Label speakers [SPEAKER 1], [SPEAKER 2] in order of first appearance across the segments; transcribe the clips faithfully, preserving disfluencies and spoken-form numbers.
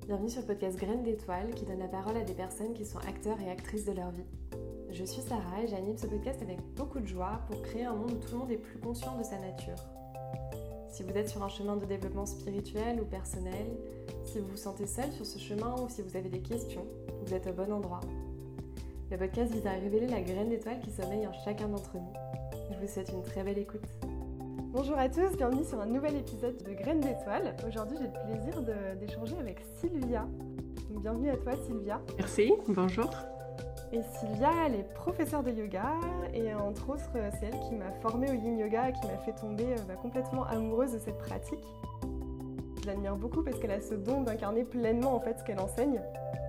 [SPEAKER 1] Bienvenue sur le podcast Graines d'étoiles qui donne la parole à des personnes qui sont acteurs et actrices de leur vie. Je suis Sarah et j'anime ce podcast avec beaucoup de joie pour créer un monde où tout le monde est plus conscient de sa nature. Si vous êtes sur un chemin de développement spirituel ou personnel, si vous vous sentez seul sur ce chemin ou si vous avez des questions, vous êtes au bon endroit. Le podcast vise à révéler la graine d'étoile qui sommeille en chacun d'entre nous. Je vous souhaite une très belle écoute. Bonjour à tous, bienvenue sur un nouvel épisode de Graines d'étoiles. Aujourd'hui, j'ai le plaisir de, d'échanger avec Sylvia. Donc, bienvenue à toi Sylvia.
[SPEAKER 2] Merci, bonjour.
[SPEAKER 1] Et Sylvia, elle est professeure de yoga et entre autres, c'est elle qui m'a formée au yin yoga et qui m'a fait tomber bah, complètement amoureuse de cette pratique. Je l'admire beaucoup parce qu'elle a ce don d'incarner pleinement en fait ce qu'elle enseigne.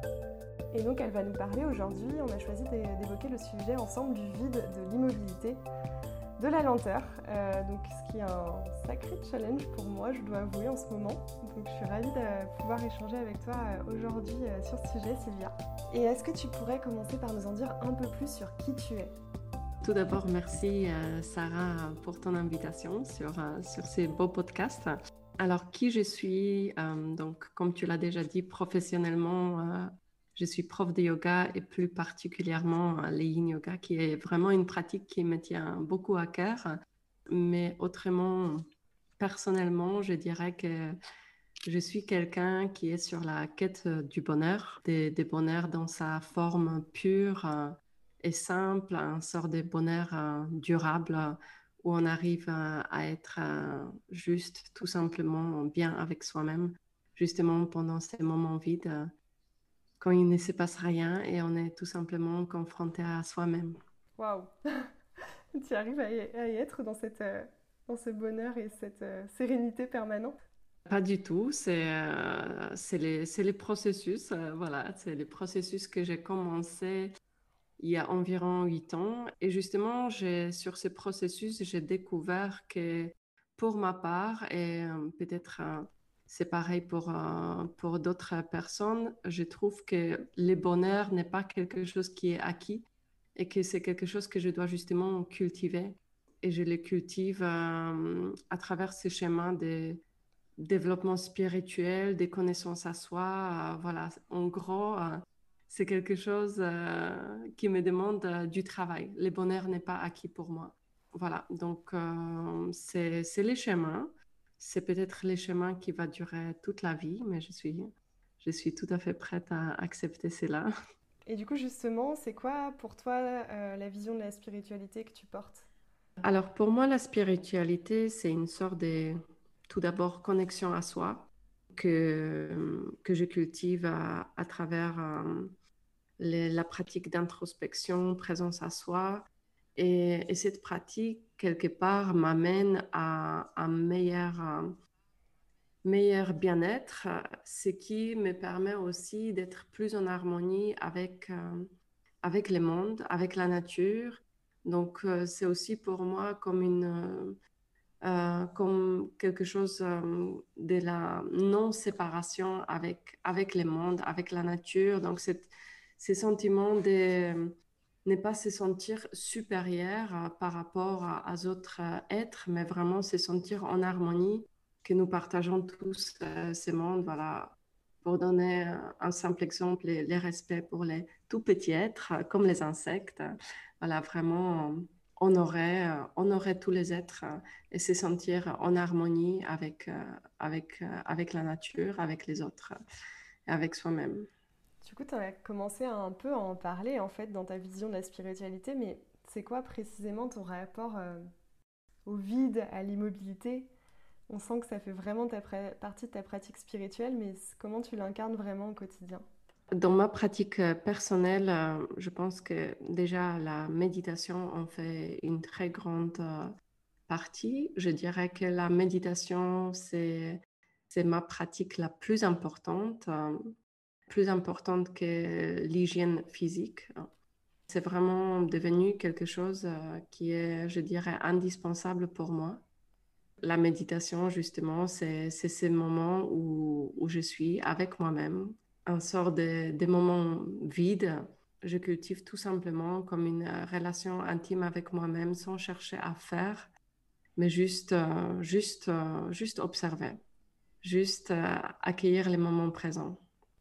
[SPEAKER 1] Et donc elle va nous parler aujourd'hui, on a choisi d'évoquer le sujet ensemble du vide, de l'immobilité, de la lenteur, euh, donc ce qui est un sacré challenge pour moi, je dois avouer en ce moment. Donc je suis ravie de pouvoir échanger avec toi aujourd'hui sur ce sujet, Sylvia. Et est-ce que tu pourrais commencer par nous en dire un peu plus sur qui tu es ?
[SPEAKER 2] Tout d'abord, merci euh, Sarah pour ton invitation sur, euh, sur ces beaux podcasts. Alors, qui je suis euh, donc, comme tu l'as déjà dit, professionnellement, euh, je suis prof de yoga et plus particulièrement euh, le yin yoga, qui est vraiment une pratique qui me tient beaucoup à cœur. Mais autrement, personnellement, je dirais que je suis quelqu'un qui est sur la quête du bonheur, des, des bonheurs dans sa forme pure euh, et simple, un sort de bonheur euh, durable euh, où on arrive euh, à être euh, juste, tout simplement bien avec soi-même, justement pendant ces moments vides, euh, quand il ne se passe rien et on est tout simplement confronté à soi-même.
[SPEAKER 1] Waouh. Tu arrives à y, à y être dans, cette, euh, dans ce bonheur et cette euh, sérénité permanente ?
[SPEAKER 2] Pas du tout, c'est euh, c'est les, c'est les processus, euh, voilà, c'est les processus que j'ai commencé il y a environ huit ans. Et justement, j'ai, sur ce processus, j'ai découvert que pour ma part, et euh, peut-être euh, c'est pareil pour, euh, pour d'autres personnes, je trouve que le bonheur n'est pas quelque chose qui est acquis et que c'est quelque chose que je dois justement cultiver. Et je le cultive euh, à travers ces schémas de développement spirituel, des connaissances à soi. Euh, voilà, en gros, euh, c'est quelque chose euh, qui me demande euh, du travail. Le bonheur n'est pas acquis pour moi. Voilà, donc euh, c'est, c'est les chemins. C'est peut-être les chemins qui va durer toute la vie, mais je suis, je suis tout à fait prête à accepter cela.
[SPEAKER 1] Et du coup, justement, c'est quoi pour toi euh, la vision de la spiritualité que tu portes ?
[SPEAKER 2] Alors pour moi, la spiritualité, c'est une sorte de, tout d'abord, connexion à soi que, que je cultive à, à travers euh, les- la pratique d'introspection, présence à soi. Et, et cette pratique, quelque part, m'amène à un meilleur, euh, meilleur bien-être, euh, ce qui me permet aussi d'être plus en harmonie avec, euh, avec le monde, avec la nature. Donc, euh, c'est aussi pour moi comme une, euh, euh, comme quelque chose euh, de la non-séparation avec, avec le monde, avec la nature. Donc, cette, ces sentiments de ne pas se sentir supérieur euh, par rapport à, à autres euh, êtres, mais vraiment se sentir en harmonie, que nous partageons tous euh, ce monde. Voilà. Pour donner euh, un simple exemple, les, les respects pour les tout petits êtres, euh, comme les insectes. Voilà, vraiment, euh, honorer, euh, honorer tous les êtres euh, et se sentir en harmonie avec, euh, avec, euh, avec la nature, avec les autres euh, et avec soi-même.
[SPEAKER 1] Du coup, tu as commencé à un peu à en parler en fait dans ta vision de la spiritualité, mais c'est quoi précisément ton rapport euh, au vide, à l'immobilité ? On sent que ça fait vraiment ta pra- partie de ta pratique spirituelle, mais comment tu l'incarnes vraiment au quotidien ?
[SPEAKER 2] Dans ma pratique euh, personnelle, euh, je pense que déjà la méditation en fait une très grande euh, partie. Je dirais que la méditation, c'est, c'est ma pratique la plus importante, euh, plus importante que l'hygiène physique. C'est vraiment devenu quelque chose euh, qui est, je dirais, indispensable pour moi. La méditation, justement, c'est, c'est ces moments où, où je suis avec moi-même, un sort de, de moments vides. Je cultive tout simplement comme une euh, relation intime avec moi-même sans chercher à faire, mais juste, euh, juste, euh, juste observer, juste euh, accueillir les moments présents.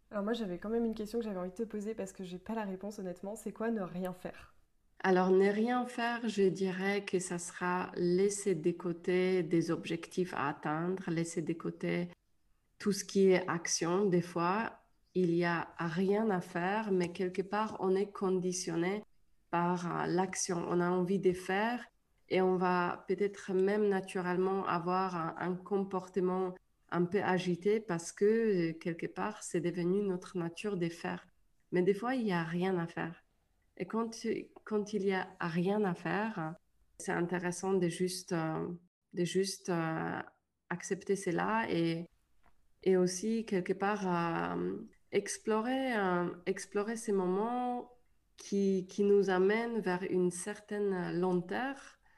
[SPEAKER 1] Alors moi j'avais quand même une question que j'avais envie de te poser parce que j'ai pas la réponse honnêtement. C'est quoi ne rien faire?
[SPEAKER 2] Alors, ne rien faire, je dirais que ça sera laisser de côté des objectifs à atteindre, laisser de côté tout ce qui est action. Des fois, il y a rien à faire, mais quelque part, on est conditionné par euh, l'action. On a envie de faire et on va peut-être même naturellement avoir un, un comportement un peu agité parce que euh, quelque part, c'est devenu notre nature de faire. Mais des fois, il n'y a rien à faire. Et quand, tu- quand il y a rien à faire, c'est intéressant de juste, euh, de juste euh, accepter cela et, et aussi quelque part euh, explorer, euh, explorer ces moments qui, qui nous amènent vers une certaine lenteur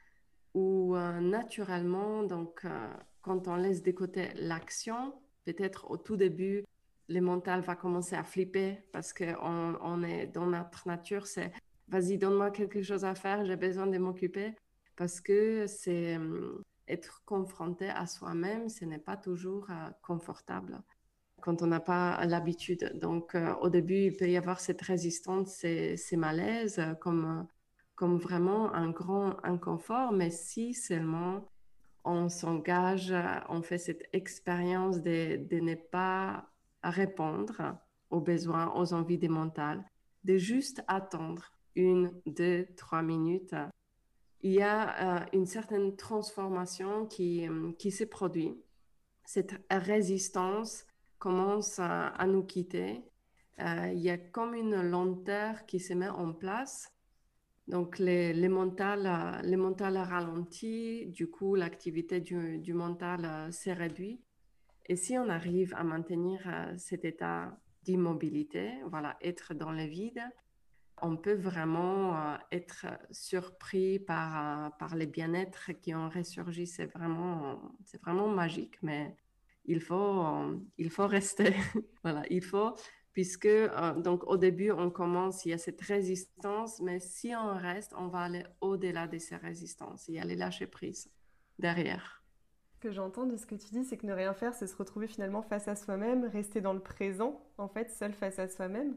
[SPEAKER 2] où euh, naturellement, donc, euh, quand on laisse de côté l'action, peut-être au tout début, le mental va commencer à flipper parce qu'on on est dans notre nature, c'est vas-y, donne-moi quelque chose à faire, j'ai besoin de m'occuper parce que c'est euh, être confronté à soi-même, ce n'est pas toujours euh, confortable quand on n'a pas l'habitude. Donc, euh, au début, il peut y avoir cette résistance, ces, ces malaises, euh, comme, euh, comme vraiment un grand inconfort, mais si seulement on s'engage, euh, on fait cette expérience de, de ne pas répondre aux besoins, aux envies des mentales, de juste attendre une, deux, trois minutes, il y a euh, une certaine transformation qui, euh, qui se produit. Cette résistance commence à, à nous quitter. Euh, il y a comme une lenteur qui se met en place. Donc, les, les mental, euh, les mental ralentit, du coup, l'activité du, du mental euh, s'est réduite. Et si on arrive à maintenir euh, cet état d'immobilité, voilà, être dans le vide, on peut vraiment euh, être surpris par, euh, par les bien-être qui ont ressurgi. C'est vraiment, c'est vraiment magique, mais il faut, euh, il faut rester. Voilà, il faut, puisque euh, donc au début, on commence, il y a cette résistance, mais si on reste, on va aller au-delà de ces résistances. Il y a les lâcher prise derrière.
[SPEAKER 1] Ce que j'entends de ce que tu dis, c'est que ne rien faire, c'est se retrouver finalement face à soi-même, rester dans le présent, en fait, seul face à soi-même.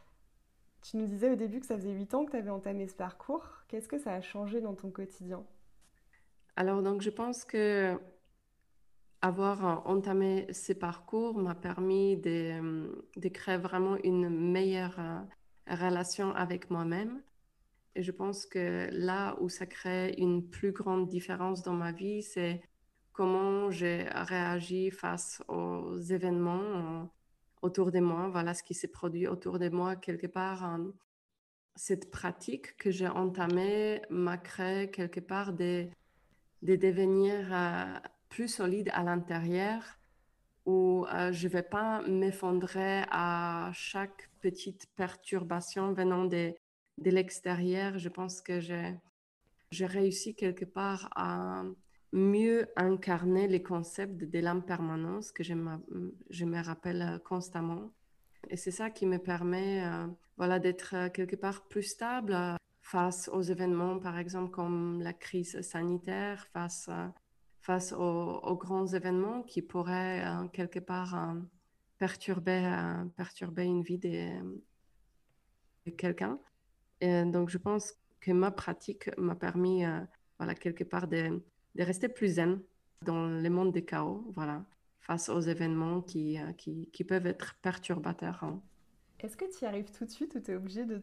[SPEAKER 1] Tu nous disais au début que ça faisait huit ans que tu avais entamé ce parcours. Qu'est-ce que ça a changé dans ton quotidien?
[SPEAKER 2] Alors, donc, je pense que avoir euh, entamé ce parcours m'a permis de, euh, de créer vraiment une meilleure euh, relation avec moi-même. Et je pense que là où ça crée une plus grande différence dans ma vie, c'est comment j'ai réagi face aux événements euh, autour de moi. Voilà ce qui s'est produit autour de moi. Quelque part, euh, cette pratique que j'ai entamée m'a créé quelque part des, de devenir euh, plus solide à l'intérieur où euh, je ne vais pas m'effondrer à chaque petite perturbation venant de, de l'extérieur. Je pense que j'ai, j'ai réussi quelque part à mieux incarner les concepts de l'impermanence que je me, je me rappelle constamment. Et c'est ça qui me permet euh, voilà, d'être euh, quelque part plus stable euh, face aux événements, par exemple, comme la crise sanitaire, face, euh, face aux, aux grands événements qui pourraient euh, quelque part euh, perturber, euh, perturber une vie de, de quelqu'un. Et donc, je pense que ma pratique m'a permis, euh, voilà, quelque part de, de rester plus zen dans le monde des chaos, voilà, face aux événements qui, euh, qui, qui peuvent être perturbateurs, hein.
[SPEAKER 1] Est-ce que tu y arrives tout de suite ou tu es obligé de,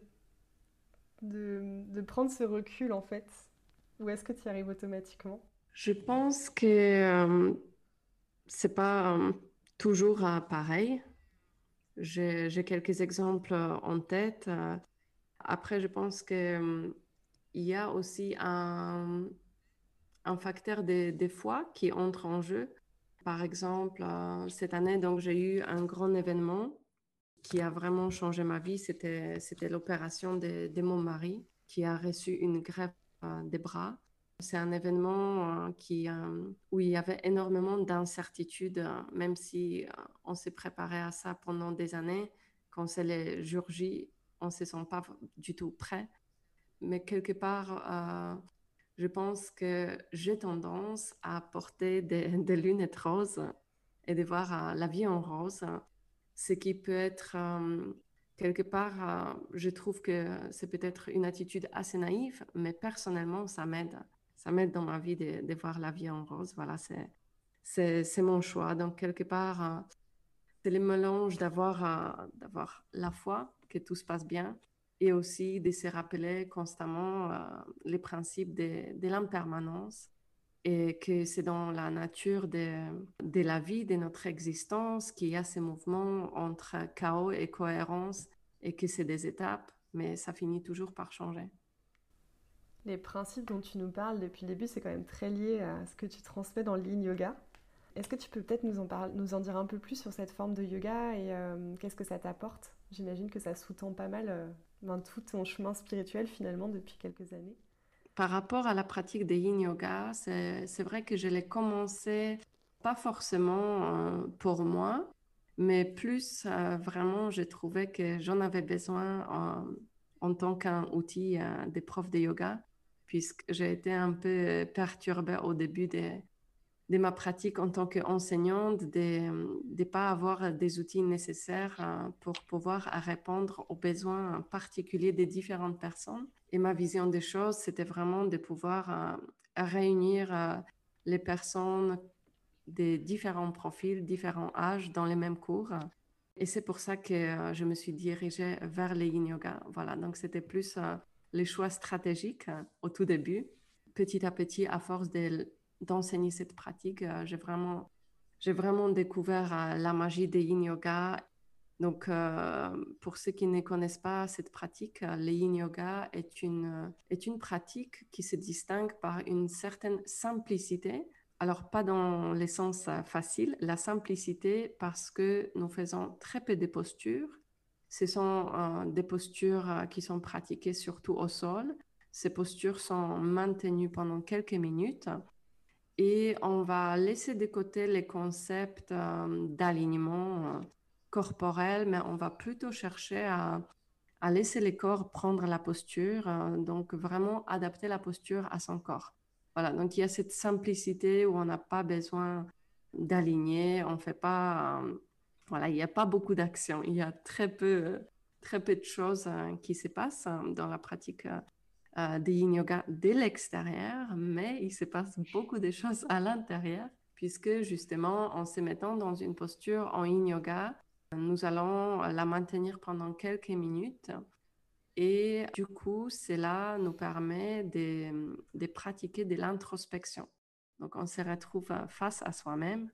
[SPEAKER 1] de, de prendre ce recul en fait? Ou est-ce que tu y arrives automatiquement?
[SPEAKER 2] Je pense que euh, c'est pas euh, toujours euh, pareil. J'ai, j'ai quelques exemples euh, en tête. Euh, après, je pense que euh, il y a aussi un, un facteur des des fois qui entre en jeu. Par exemple, euh, cette année, donc j'ai eu un grand événement qui a vraiment changé ma vie. C'était, c'était l'opération de, de mon mari qui a reçu une greffe euh, des bras. C'est un événement euh, qui, euh, où il y avait énormément d'incertitudes, euh, même si euh, on s'est préparé à ça pendant des années. Quand c'est les jour J, on ne se sent pas du tout prêt. Mais quelque part, euh, je pense que j'ai tendance à porter des, des lunettes roses et de voir euh, la vie en rose. ce qui peut être euh, quelque part, euh, je trouve que c'est peut-être une attitude assez naïve, mais personnellement, ça m'aide. Ça m'aide dans ma vie de, de voir la vie en rose. Voilà, c'est, c'est, c'est mon choix. Donc, quelque part, euh, c'est le mélange d'avoir, euh, d'avoir la foi, que tout se passe bien, et aussi de se rappeler constamment euh, les principes de, de l'impermanence et que c'est dans la nature de, de la vie, de notre existence, qu'il y a ces mouvements entre chaos et cohérence et que c'est des étapes, mais ça finit toujours par changer.
[SPEAKER 1] Les principes dont tu nous parles depuis le début, c'est quand même très lié à ce que tu transmets dans le Yin Yoga. Est-ce que tu peux peut-être nous en, parler, nous en dire un peu plus sur cette forme de yoga et euh, qu'est-ce que ça t'apporte? J'imagine que ça sous-tend pas mal euh, ben, tout ton chemin spirituel finalement depuis quelques années.
[SPEAKER 2] Par rapport à la pratique des yin yoga, c'est, c'est vrai que je l'ai commencé pas forcément euh, pour moi, mais plus euh, vraiment, j'ai trouvé que j'en avais besoin en, en tant qu'un outil euh, des profs de yoga, puisque j'ai été un peu perturbée au début des de ma pratique en tant qu'enseignante, de ne pas avoir des outils nécessaires euh, pour pouvoir répondre aux besoins particuliers des différentes personnes. Et ma vision des choses, c'était vraiment de pouvoir euh, réunir euh, les personnes des différents profils, différents âges dans les mêmes cours. Et c'est pour ça que euh, je me suis dirigée vers les yin yoga. Voilà, donc c'était plus euh, les choix stratégiques euh, au tout début. Petit à petit, à force de d'enseigner cette pratique, euh, j'ai vraiment, j'ai vraiment découvert euh, la magie des yin yoga. Donc, euh, pour ceux qui ne connaissent pas cette pratique, euh, le yin yoga est une, euh, est une pratique qui se distingue par une certaine simplicité. Alors, pas dans le sens euh, facile, la simplicité parce que nous faisons très peu de postures. Ce sont euh, des postures euh, qui sont pratiquées surtout au sol. Ces postures sont maintenues pendant quelques minutes et on va laisser de côté les concepts euh, d'alignement euh, corporel, mais on va plutôt chercher à, à laisser le corps prendre la posture, euh, donc vraiment adapter la posture à son corps. Voilà, donc il y a cette simplicité où on n'a pas besoin d'aligner, on fait pas, euh, voilà, il n'y a pas beaucoup d'action, il y a très peu, très peu de choses euh, qui se passent euh, dans la pratique euh, euh, de yin yoga de l'extérieur, mais il se passe beaucoup de choses à l'intérieur, puisque justement, en se mettant dans une posture en yin yoga, nous allons la maintenir pendant quelques minutes. Et du coup, cela nous permet de, de pratiquer de l'introspection. Donc, on se retrouve face à soi-même.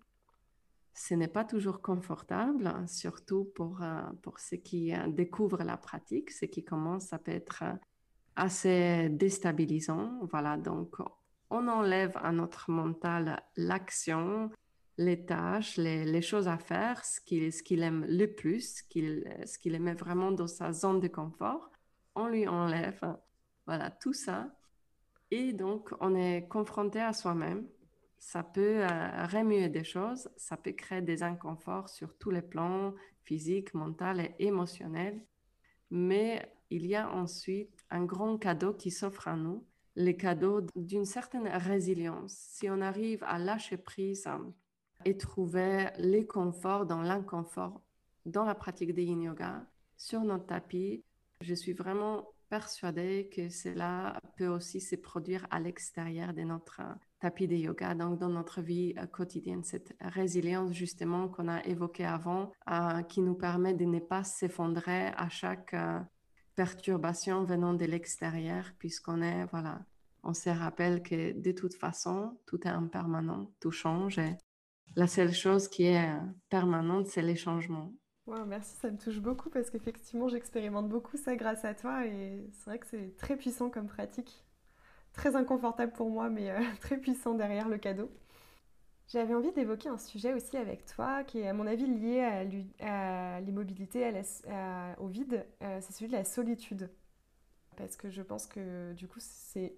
[SPEAKER 2] Ce n'est pas toujours confortable, surtout pour, euh, pour ceux qui euh, découvrent la pratique. Ceux qui commencent, ça peut être euh, assez déstabilisant. Voilà, donc on enlève à notre mental l'action, les tâches, les, les choses à faire, ce qu'il ce qu'il aime le plus, ce qu'il ce qu'il aimait vraiment dans sa zone de confort. On lui enlève, voilà, tout ça. Et donc, on est confronté à soi-même. Ça peut euh, remuer des choses, ça peut créer des inconforts sur tous les plans, physique, mental et émotionnel. Mais il y a ensuite un grand cadeau qui s'offre à nous, le cadeau d'une certaine résilience. Si on arrive à lâcher prise hein, et trouver les conforts dans l'inconfort, dans la pratique de yin yoga, sur notre tapis, je suis vraiment persuadée que cela peut aussi se produire à l'extérieur de notre tapis de yoga, donc dans notre vie quotidienne, cette résilience justement qu'on a évoquée avant, euh, qui nous permet de ne pas s'effondrer à chaque euh, perturbation venant de l'extérieur, puisqu'on est, voilà, on se rappelle que de toute façon, tout est impermanent, tout change et la seule chose qui est euh, permanente, c'est les changements.
[SPEAKER 1] Wow, merci, ça me touche beaucoup parce qu'effectivement j'expérimente beaucoup ça grâce à toi et c'est vrai que c'est très puissant comme pratique. Très inconfortable pour moi mais euh, très puissant derrière le cadeau. J'avais envie d'évoquer un sujet aussi avec toi qui est à mon avis lié à l'immobilité, à la, à, au vide, euh, c'est celui de la solitude. Parce que je pense que du coup c'est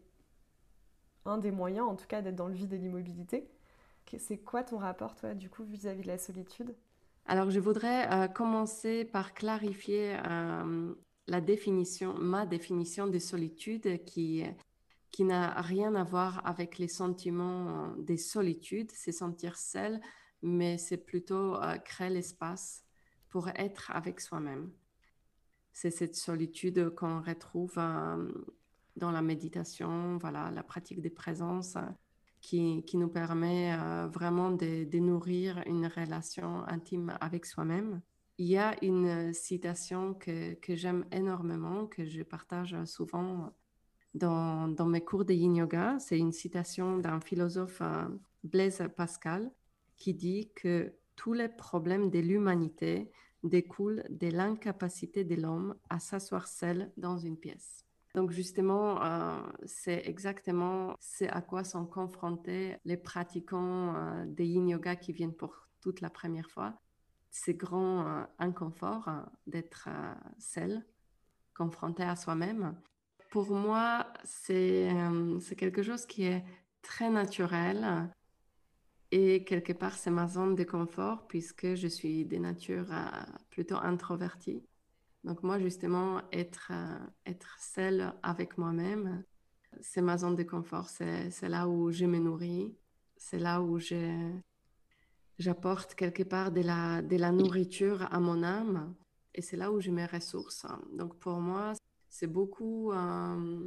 [SPEAKER 1] un des moyens en tout cas d'être dans le vide et l'immobilité. C'est quoi ton rapport toi du coup vis-à-vis de la solitude?
[SPEAKER 2] Alors, je voudrais euh, commencer par clarifier euh, la définition, ma définition de solitude qui, qui n'a rien à voir avec les sentiments euh, de solitude, c'est sentir seul, mais c'est plutôt euh, créer l'espace pour être avec soi-même. C'est cette solitude qu'on retrouve euh, dans la méditation, voilà, la pratique des présences euh, qui, qui nous permet euh, vraiment de, de nourrir une relation intime avec soi-même. Il y a une citation que, que j'aime énormément, que je partage souvent dans, dans mes cours de yin yoga. C'est une citation d'un philosophe, euh, Blaise Pascal, qui dit que tous les problèmes de l'humanité découlent de l'incapacité de l'homme à s'asseoir seul dans une pièce. Donc justement, euh, c'est exactement ce à quoi sont confrontés les pratiquants euh, de yin yoga qui viennent pour toute la première fois. Ces grands euh, inconforts euh, d'être euh, seul, confronté à soi-même. Pour moi, c'est euh, c'est quelque chose qui est très naturel et quelque part, c'est ma zone de confort puisque je suis de nature euh, plutôt introvertie. Donc moi, justement, être, euh, être seule avec moi-même, c'est ma zone de confort. C'est, c'est là où je me nourris. C'est là où je, j'apporte quelque part de la, de la nourriture à mon âme. Et c'est là où je me ressource. Donc pour moi, c'est beaucoup euh,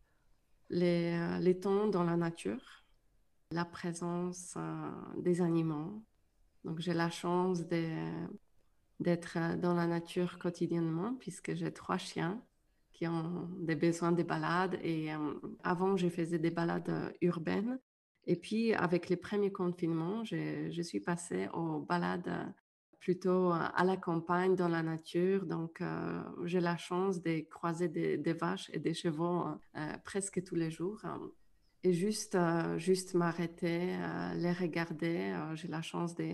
[SPEAKER 2] les, euh, les temps dans la nature, la présence euh, des animaux. Donc j'ai la chance de, d'être euh, dans la nature quotidiennement puisque j'ai trois chiens qui ont des besoins de balades. Et euh, avant, je faisais des balades euh, urbaines. Et puis, avec les premiers confinements, je, je suis passée aux balades euh, plutôt euh, à la campagne, dans la nature. Donc, euh, j'ai la chance de croiser des, des vaches et des chevaux euh, presque tous les jours. euh, et juste, euh, juste m'arrêter, euh, les regarder. Euh, j'ai la chance de,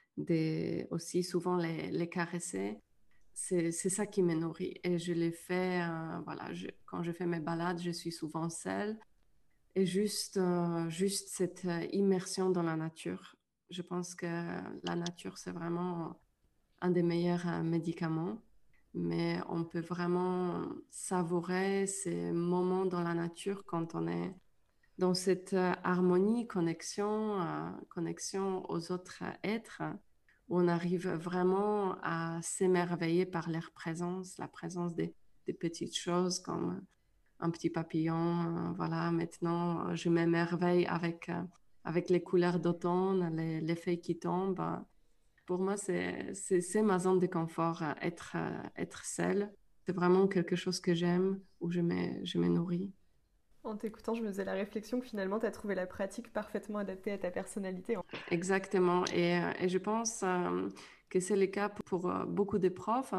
[SPEAKER 2] de aussi souvent les, les caresser. C'est, c'est ça qui me nourrit. Et je l'ai fait, euh, voilà, je- quand je fais mes balades, je suis souvent seule. Et juste, euh, juste cette euh, immersion dans la nature. Je pense que la nature, c'est vraiment un des meilleurs euh, médicaments. Mais on peut vraiment savourer ces moments dans la nature quand on est dans cette euh, harmonie, connexion, euh, connexion aux autres êtres, où on arrive vraiment à s'émerveiller par leur présence, la présence des, des petites choses comme un petit papillon. Euh, voilà, maintenant, euh, je m'émerveille avec, euh, avec les couleurs d'automne, les, les feuilles qui tombent. Pour moi, c'est, c'est, c'est ma zone de confort, euh, être, euh, être seule. C'est vraiment quelque chose que j'aime, où je me, je me nourris.
[SPEAKER 1] En t'écoutant, je me faisais la réflexion que finalement, tu as trouvé la pratique parfaitement adaptée à ta personnalité.
[SPEAKER 2] Exactement. Et, euh, et je pense euh, que c'est le cas pour euh, beaucoup de profs.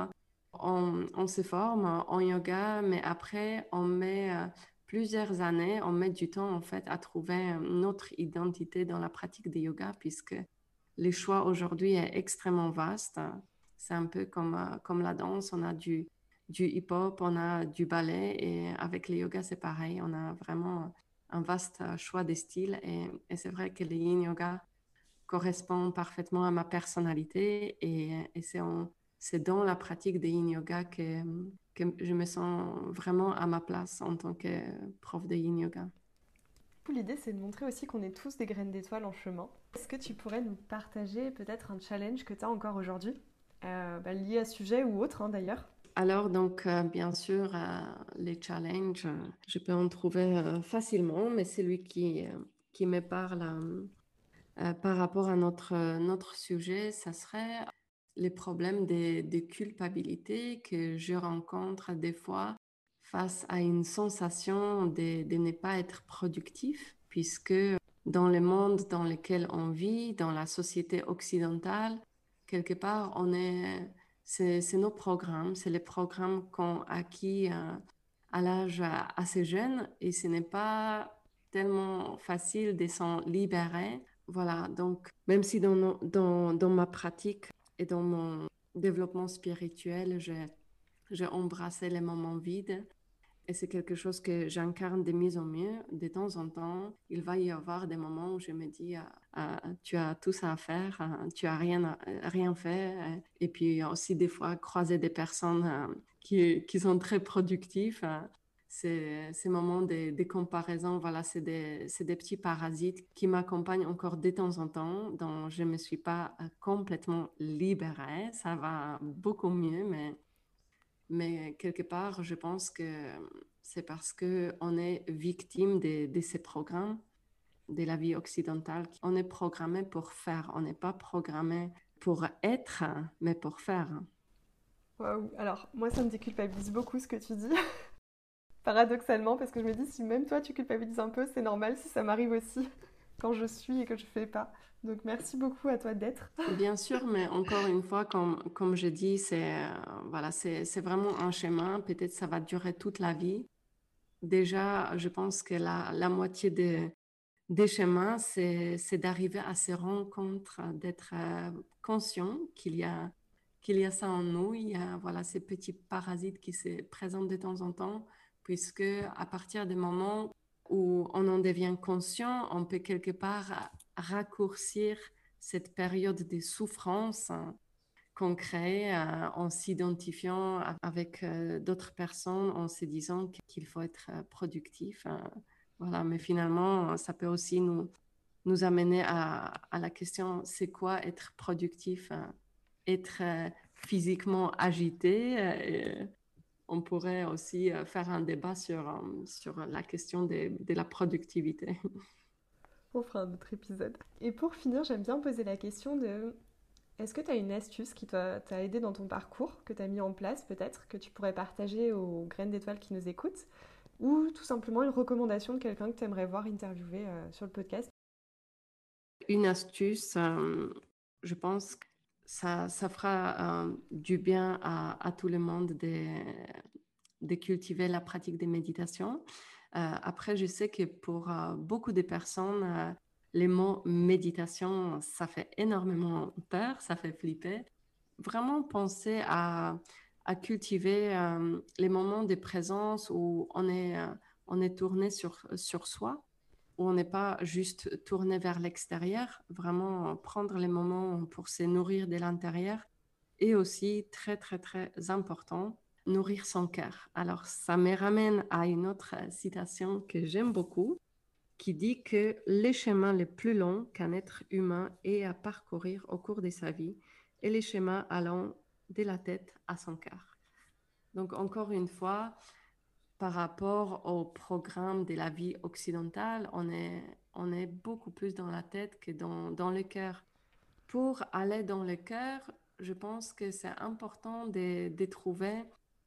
[SPEAKER 2] On, on se forme en yoga, mais après, on met euh, plusieurs années, on met du temps en fait à trouver notre identité dans la pratique de yoga, puisque le choix aujourd'hui est extrêmement vaste. C'est un peu comme, euh, comme la danse, on a du, du hip-hop, on a du ballet, et avec le yoga, c'est pareil, on a vraiment un vaste choix des styles. Et, et c'est vrai que le yin yoga correspond parfaitement à ma personnalité et, et c'est, en, c'est dans la pratique de yin yoga que, que je me sens vraiment à ma place en tant que prof de yin yoga.
[SPEAKER 1] L'idée, c'est de montrer aussi qu'on est tous des graines d'étoiles en chemin. Est-ce que tu pourrais nous partager peut-être un challenge que tu as encore aujourd'hui, euh, bah, lié à ce sujet ou autre hein, d'ailleurs?
[SPEAKER 2] Alors, donc, euh, bien sûr, euh, les challenges, euh, je peux en trouver euh, facilement, mais celui qui, euh, qui me parle euh, euh, par rapport à notre, euh, notre sujet, ça serait les problèmes de, de culpabilité que je rencontre des fois face à une sensation de, de ne pas être productif, puisque dans le monde dans lequel on vit, dans la société occidentale, quelque part, on est, c'est, c'est nos programmes, c'est les programmes qu'on a acquis euh, à l'âge assez jeune et ce n'est pas tellement facile de s'en libérer. Voilà, donc même si dans, nos- dans, dans ma pratique et dans mon développement spirituel, j'ai, j'ai embrassé les moments vides, et c'est quelque chose que j'incarne de mieux en mieux. De temps en temps, il va y avoir des moments où je me dis, ah, ah, tu as tout ça à faire, ah, tu as rien, à- rien fait. euh, Et puis aussi des fois, croiser des personnes euh, qui, qui sont très productives. euh, ces, ces moments de, de comparaison, voilà, c'est des, c'est des petits parasites qui m'accompagnent encore de temps en temps, dont je ne me suis pas euh, complètement libérée. Ça va beaucoup mieux, mais, mais quelque part, je pense que c'est parce qu'on est victime de, de ces programmes de la vie occidentale. On est programmé pour faire, on n'est pas programmé pour être, mais pour faire.
[SPEAKER 1] Waouh. Alors, moi, ça me déculpabilise beaucoup ce que tu dis, paradoxalement, parce que je me dis, si même toi, tu culpabilises un peu, c'est normal si ça m'arrive aussi quand je suis et que je fais pas. Donc, merci beaucoup à toi d'être.
[SPEAKER 2] Bien sûr, mais encore une fois, comme, comme je dis, c'est euh, voilà, c'est, c'est vraiment un chemin. Peut-être ça va durer toute la vie. Déjà, je pense que la, la moitié des, des chemins, c'est, c'est d'arriver à se rendre compte, d'être euh, conscient qu'il y a, qu'il y a ça en nous. Il y a voilà, ces petits parasites qui se présentent de temps en temps, puisque à partir du moment où on en devient conscient, on peut quelque part raccourcir cette période de souffrance hein, qu'on crée euh, en s'identifiant avec euh, d'autres personnes, en se disant qu'il faut être euh, productif. euh, voilà, mais finalement, ça peut aussi nous, nous amener à, à la question, c'est quoi être productif, euh, être euh, physiquement agité. euh, on pourrait aussi euh, faire un débat sur, euh, sur la question de, de la productivité.
[SPEAKER 1] On fera un autre épisode. Et pour finir, j'aime bien poser la question de est-ce que tu as une astuce qui t'a t'a aidé dans ton parcours, que tu as mis en place peut-être, que tu pourrais partager aux graines d'étoiles qui nous écoutent, ou tout simplement une recommandation de quelqu'un que tu aimerais voir interviewer euh, sur le podcast?
[SPEAKER 2] Une astuce, euh, je pense que ça, ça fera euh, du bien à, à tout le monde de, de cultiver la pratique des méditations. Euh, après, je sais que pour euh, beaucoup de personnes, euh, les mots méditation, ça fait énormément peur, ça fait flipper. Vraiment penser à, à cultiver euh, les moments de présence où on est, euh, on est tourné sur, sur soi, où on n'est pas juste tourné vers l'extérieur, vraiment prendre les moments pour se nourrir de l'intérieur et aussi, très, très, très important, nourrir son cœur. Alors, ça me ramène à une autre citation que j'aime beaucoup, qui dit que les chemins les plus longs qu'un être humain ait à parcourir au cours de sa vie est les chemins allant de la tête à son cœur. Donc, encore une fois, par rapport au programme de la vie occidentale, on est, on est beaucoup plus dans la tête que dans, dans le cœur. Pour aller dans le cœur, je pense que c'est important de, de trouver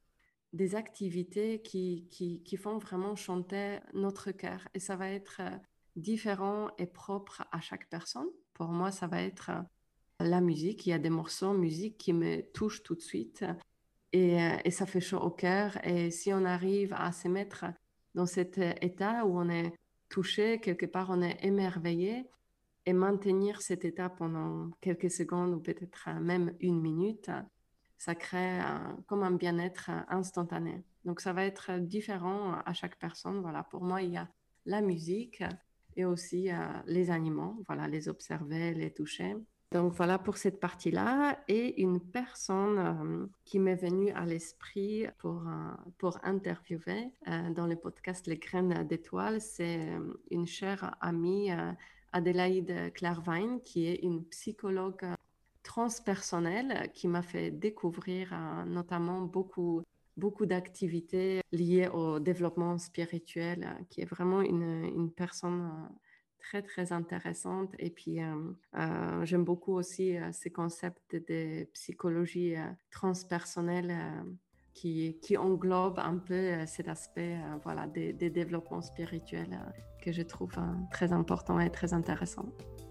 [SPEAKER 2] des activités qui, qui, qui font vraiment chanter notre cœur. Et ça va être euh, différent et propre à chaque personne. Pour moi, ça va être euh, la musique. Il y a des morceaux de musique qui me touchent tout de suite et, euh, et ça fait chaud au cœur. Et si on arrive à se mettre dans cet état où on est touché, quelque part on est émerveillé, et maintenir cet état pendant quelques secondes ou peut-être même une minute, ça crée un, comme un bien-être instantané. Donc ça va être différent à chaque personne. Voilà, pour moi, il y a la musique et aussi euh, les animaux, voilà, les observer, les toucher. Donc voilà pour cette partie-là. Et une personne euh, qui m'est venue à l'esprit pour, euh, pour interviewer euh, dans le podcast Les Graines d'étoiles, c'est euh, une chère amie, euh, Adélaïde Clairvine, qui est une psychologue transpersonnelle qui m'a fait découvrir euh, notamment beaucoup, beaucoup d'activités liées au développement spirituel, euh, qui est vraiment une, une personne euh, très, très intéressante. Et puis, euh, euh, j'aime beaucoup aussi euh, ces concepts de psychologie euh, transpersonnelle euh, qui, qui englobe un peu euh, cet aspect euh, voilà, des, des développements spirituels euh, que je trouve euh, très important et très intéressant.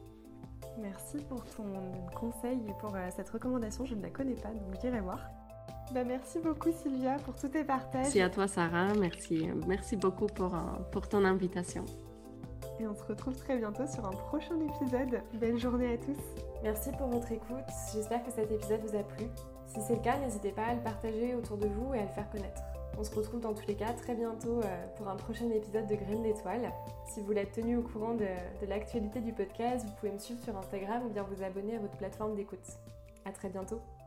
[SPEAKER 1] Merci pour ton conseil et pour euh, cette recommandation. Je ne la connais pas, donc j'irai voir. Bah, merci beaucoup Sylvia pour tous tes partages.
[SPEAKER 2] Merci à toi Sarah, merci, merci beaucoup pour, euh, pour ton invitation.
[SPEAKER 1] Et on se retrouve très bientôt sur un prochain épisode. Belle journée à tous.
[SPEAKER 3] Merci pour votre écoute, j'espère que cet épisode vous a plu. Si c'est le cas, n'hésitez pas à le partager autour de vous et à le faire connaître. On se retrouve dans tous les cas très bientôt pour un prochain épisode de Graines d'étoiles. Si vous voulez être tenu au courant de, de l'actualité du podcast, vous pouvez me suivre sur Instagram ou bien vous abonner à votre plateforme d'écoute. À très bientôt.